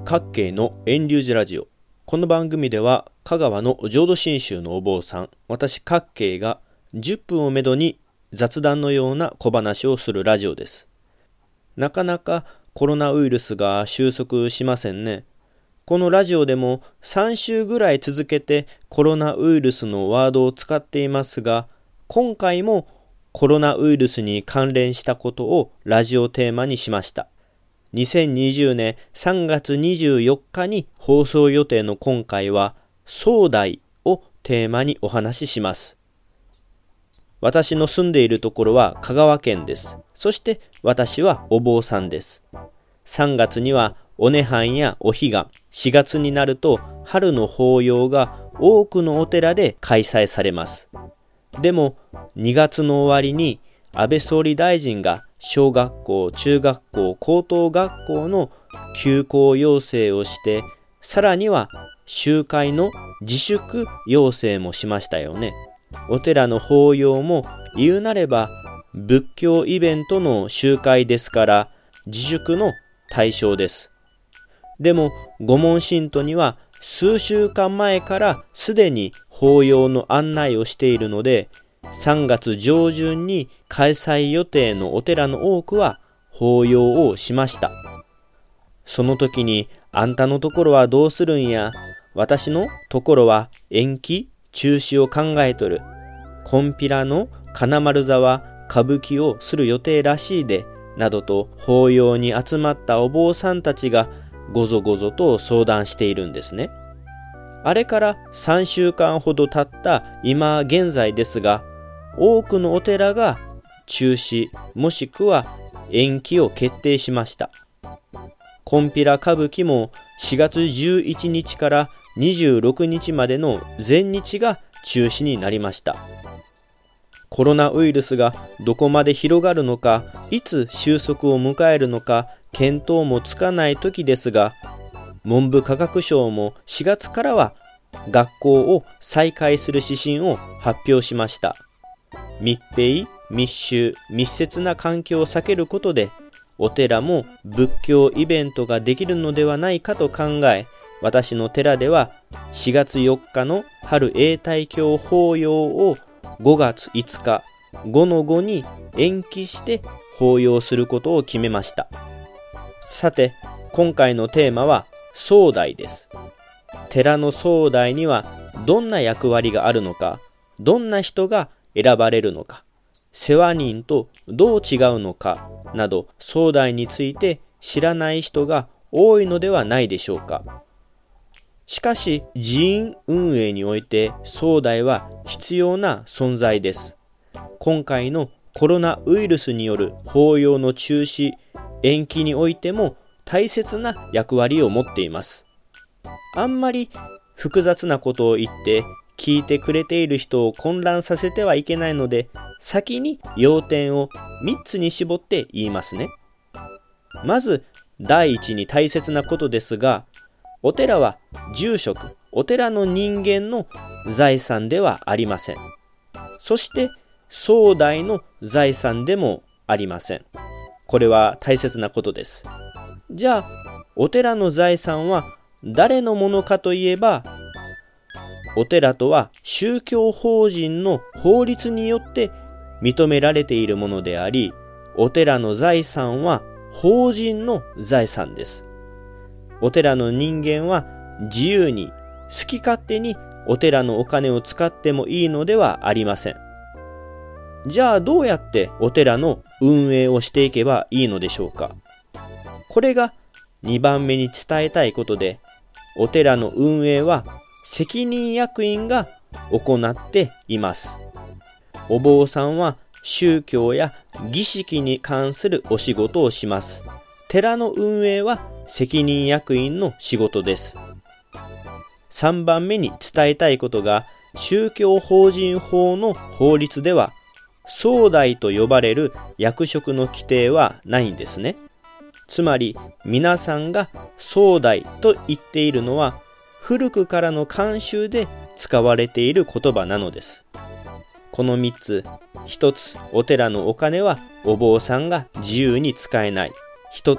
各系の遠流寺ラジオ。この番組では香川の浄土真宗のお坊さん、私各系が10分をめどに雑談のような小話をするラジオです。なかなかコロナウイルスが収束しませんね。このラジオでも3週ぐらい続けてコロナウイルスのワードを使っていますが、今回もコロナウイルスに関連したことをラジオテーマにしました。2020年3月24日に放送予定の今回は壮大をテーマにお話しします。私の住んでいるところは香川県です。そして私はお坊さんです。3月にはお涅槃やお彼岸、4月になると春の法要が多くのお寺で開催されます。でも2月の終わりに安倍総理大臣が小学校、中学校、高等学校の休校要請をして、さらには集会の自粛要請もしましたよね。お寺の法要も言うなれば仏教イベントの集会ですから自粛の対象です。でも御門信徒には数週間前からすでに法要の案内をしているので、3月上旬に開催予定のお寺の多くは法要をしました。その時にあんたのところはどうするんや、私のところは延期中止を考えとる、こんぴらの金丸沢歌舞伎をする予定らしいで、などと法要に集まったお坊さんたちがごぞごぞと相談しているんですね。あれから3週間ほど経った今現在ですが、多くのお寺が中止もしくは延期を決定しました。こんぴら歌舞伎も4月11日から26日までの全日が中止になりました。コロナウイルスがどこまで広がるのか、いつ収束を迎えるのか見当もつかない時ですが、文部科学省も4月からは学校を再開する指針を発表しました。密閉、密集、密接な環境を避けることでお寺も仏教イベントができるのではないかと考え、私の寺では4月4日の春永代経法要を5月5日5-5に延期して法要することを決めました。さて今回のテーマは総代です。寺の総代にはどんな役割があるのか、どんな人が選ばれるのか、世話人とどう違うのかなど、総代について知らない人が多いのではないでしょうか。しかし寺院運営において総代は必要な存在です。今回のコロナウイルスによる法要の中止延期においても大切な役割を持っています。あんまり複雑なことを言って聞いてくれている人を混乱させてはいけないので、先に要点を3つに絞って言いますね。まず第一に大切なことですが、お寺は住職、お寺の人間の財産ではありません。そして総代の財産でもありません。これは大切なことです。じゃあお寺の財産は誰のものかといえば、お寺とは宗教法人の法律によって認められているものであり、お寺の財産は法人の財産です。お寺の人間は自由に好き勝手にお寺のお金を使ってもいいのではありません。じゃあどうやってお寺の運営をしていけばいいのでしょうか。これが2番目に伝えたいことで、お寺の運営は責任役員が行っています。お坊さんは宗教や儀式に関するお仕事をします。寺の運営は責任役員の仕事です。3番目に伝えたいことが、宗教法人法の法律では総代と呼ばれる役職の規定はないんですね。つまり皆さんが総代と言っているのは古くからの慣習で使われている言葉なのです。この3つ、1つ、お寺のお金はお坊さんが自由に使えない。1つ、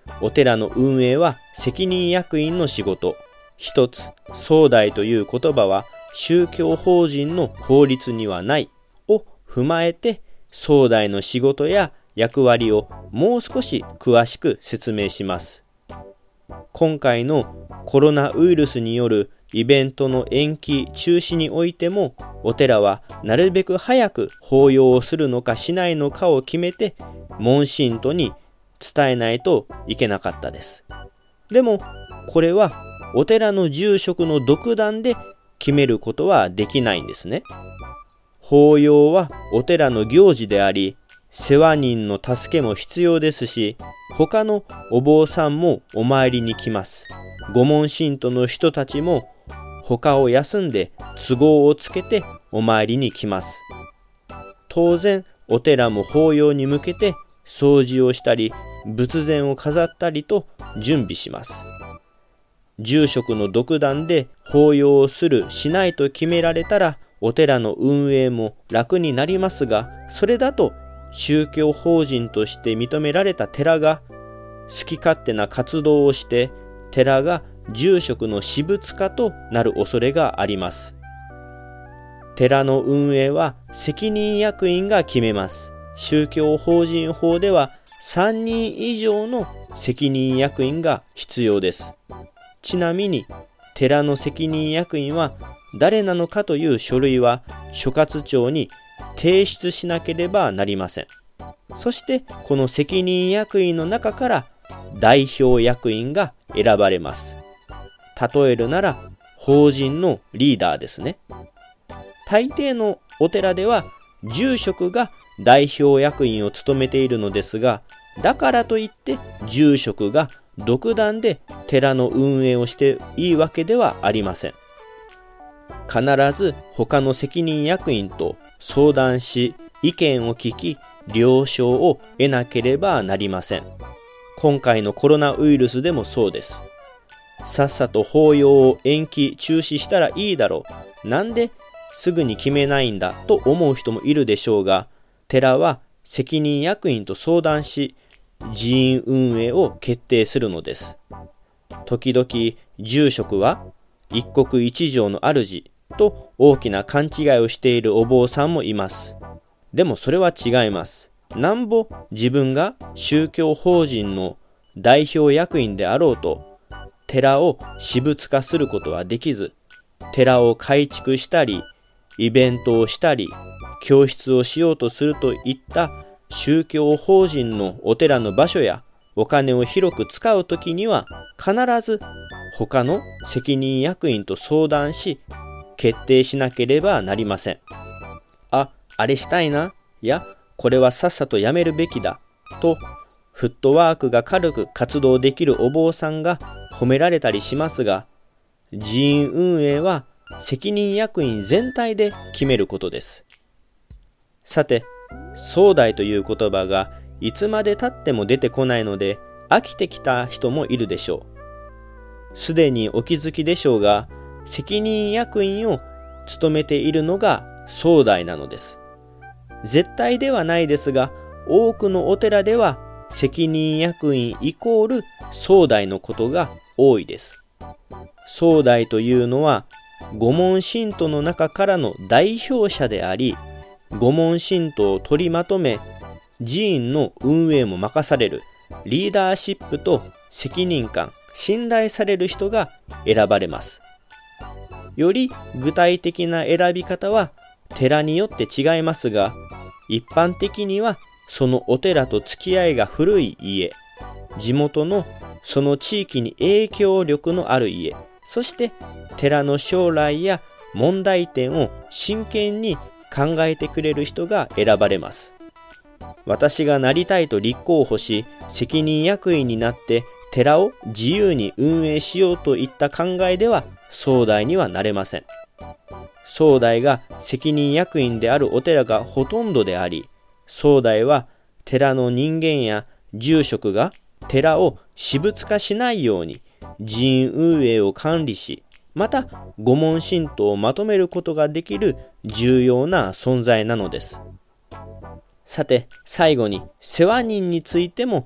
お寺の運営は責任役員の仕事。一つ、総代という言葉は宗教法人の法律にはないを踏まえて、総代の仕事や役割をもう少し詳しく説明します。今回のコロナウイルスによるイベントの延期・中止においても、お寺はなるべく早く法要をするのかしないのかを決めて、門信徒に伝えないといけなかったです。でも、これはお寺の住職の独断で決めることはできないんですね。法要はお寺の行事であり、世話人の助けも必要ですし、他のお坊さんもお参りに来ます。御門信徒の人たちも他を休んで都合をつけてお参りに来ます。当然、お寺も法要に向けて掃除をしたり、仏前を飾ったりと準備します。住職の独断で法要をするしないと決められたら、お寺の運営も楽になりますが、それだと宗教法人として認められた寺が好き勝手な活動をして、寺が住職の私物化となる恐れがあります。寺の運営は責任役員が決めます。宗教法人法では3人以上の責任役員が必要です。ちなみに、寺の責任役員は誰なのかという書類は所轄庁に提出しなければなりません。そしてこの責任役員の中から代表役員が選ばれます。例えるなら法人のリーダーですね。大抵のお寺では住職が代表役員を務めているのですが、だからといって住職が独断で寺の運営をしていいわけではありません。必ず他の責任役員と相談し、意見を聞き、了承を得なければなりません。今回のコロナウイルスでもそうです。さっさと法要を延期・中止したらいいだろう。なんですぐに決めないんだと思う人もいるでしょうが、寺は責任役員と相談し、寺院運営を決定するのです。時々住職は一国一城の主と大きな勘違いをしているお坊さんもいます。でもそれは違います。なんぼ自分が宗教法人の代表役員であろうと、寺を私物化することはできず、寺を改築したり、イベントをしたり、教室をしようとするといった宗教法人のお寺の場所やお金を広く使うときには、必ず他の責任役員と相談し、決定しなければなりません。あれしたいな、いや、これはさっさとやめるべきだ、と、フットワークが軽く活動できるお坊さんが褒められたりしますが、寺院運営は責任役員全体で決めることです。さて、総代という言葉がいつまで経っても出てこないので、飽きてきた人もいるでしょう。すでにお気づきでしょうが、責任役員を務めているのが総代なのです。絶対ではないですが、多くのお寺では責任役員イコール総代のことが多いです。総代というのは御門信徒の中からの代表者であり、御門信徒を取りまとめ、寺院の運営も任されるリーダーシップと責任感、信頼される人が選ばれます。より具体的な選び方は寺によって違いますが、一般的にはそのお寺と付き合いが古い家、地元のその地域に影響力のある家、そして寺の将来や問題点を真剣に考えてくれる人が選ばれます。私がなりたいと立候補し、責任役員になって寺を自由に運営しようといった考えでは総代にはなれません。総代が責任役員であるお寺がほとんどであり、総代は寺の人間や住職が寺を私物化しないように寺院運営を管理し、また御門信徒をまとめることができる重要な存在なのです。さて、最後に世話人についても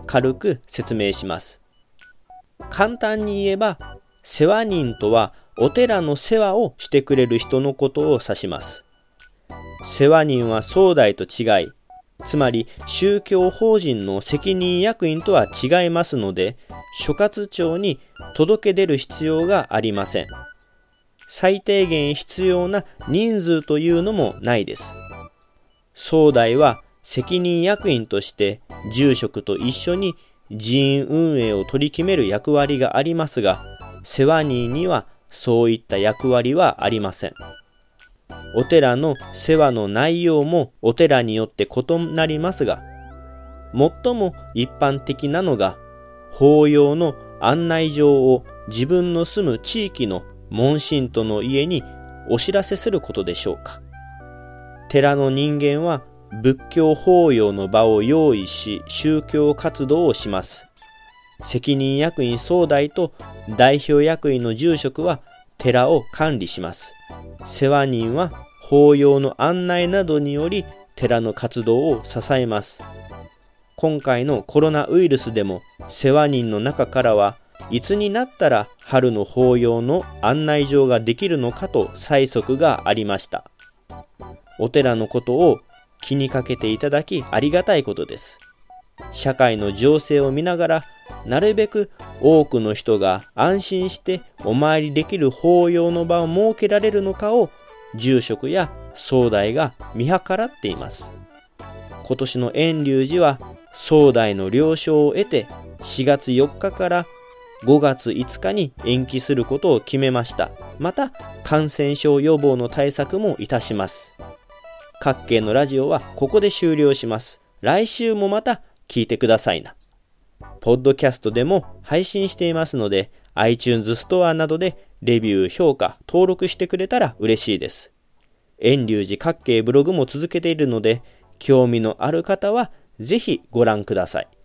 軽く説明します。簡単に言えば、世話人とはお寺の世話をしてくれる人のことを指します。世話人は総代と違い、つまり宗教法人の責任役員とは違いますので、所轄庁に届け出る必要がありません。最低限必要な人数というのもないです。総代は責任役員として住職と一緒に寺院運営を取り決める役割がありますが、世話人にはそういった役割はありません。お寺の世話の内容もお寺によって異なりますが、最も一般的なのが、法要の案内状を自分の住む地域の門信徒の家にお知らせすることでしょうか。寺の人間は仏教法要の場を用意し、宗教活動をします。責任役員総代と代表役員の住職は寺を管理します。世話人は法要の案内などにより寺の活動を支えます。今回のコロナウイルスでも世話人の中からはいつになったら春の法要の案内状ができるのかと催促がありました。お寺のことを気にかけていただきありがたいことです。社会の情勢を見ながらなるべく多くの人が安心してお参りできる法要の場を設けられるのかを住職や総代が見計らっています。今年の遠隆寺は総代の了承を得て4月4日から5月5日に延期することを決めました。また感染症予防の対策もいたします。各系のラジオはここで終了します。来週もまた聞いてくださいな。ポッドキャストでも配信していますので、iTunes ストアなどでレビュー、評価、登録してくれたら嬉しいです。遠隆寺各系ブログも続けているので、興味のある方はぜひご覧ください。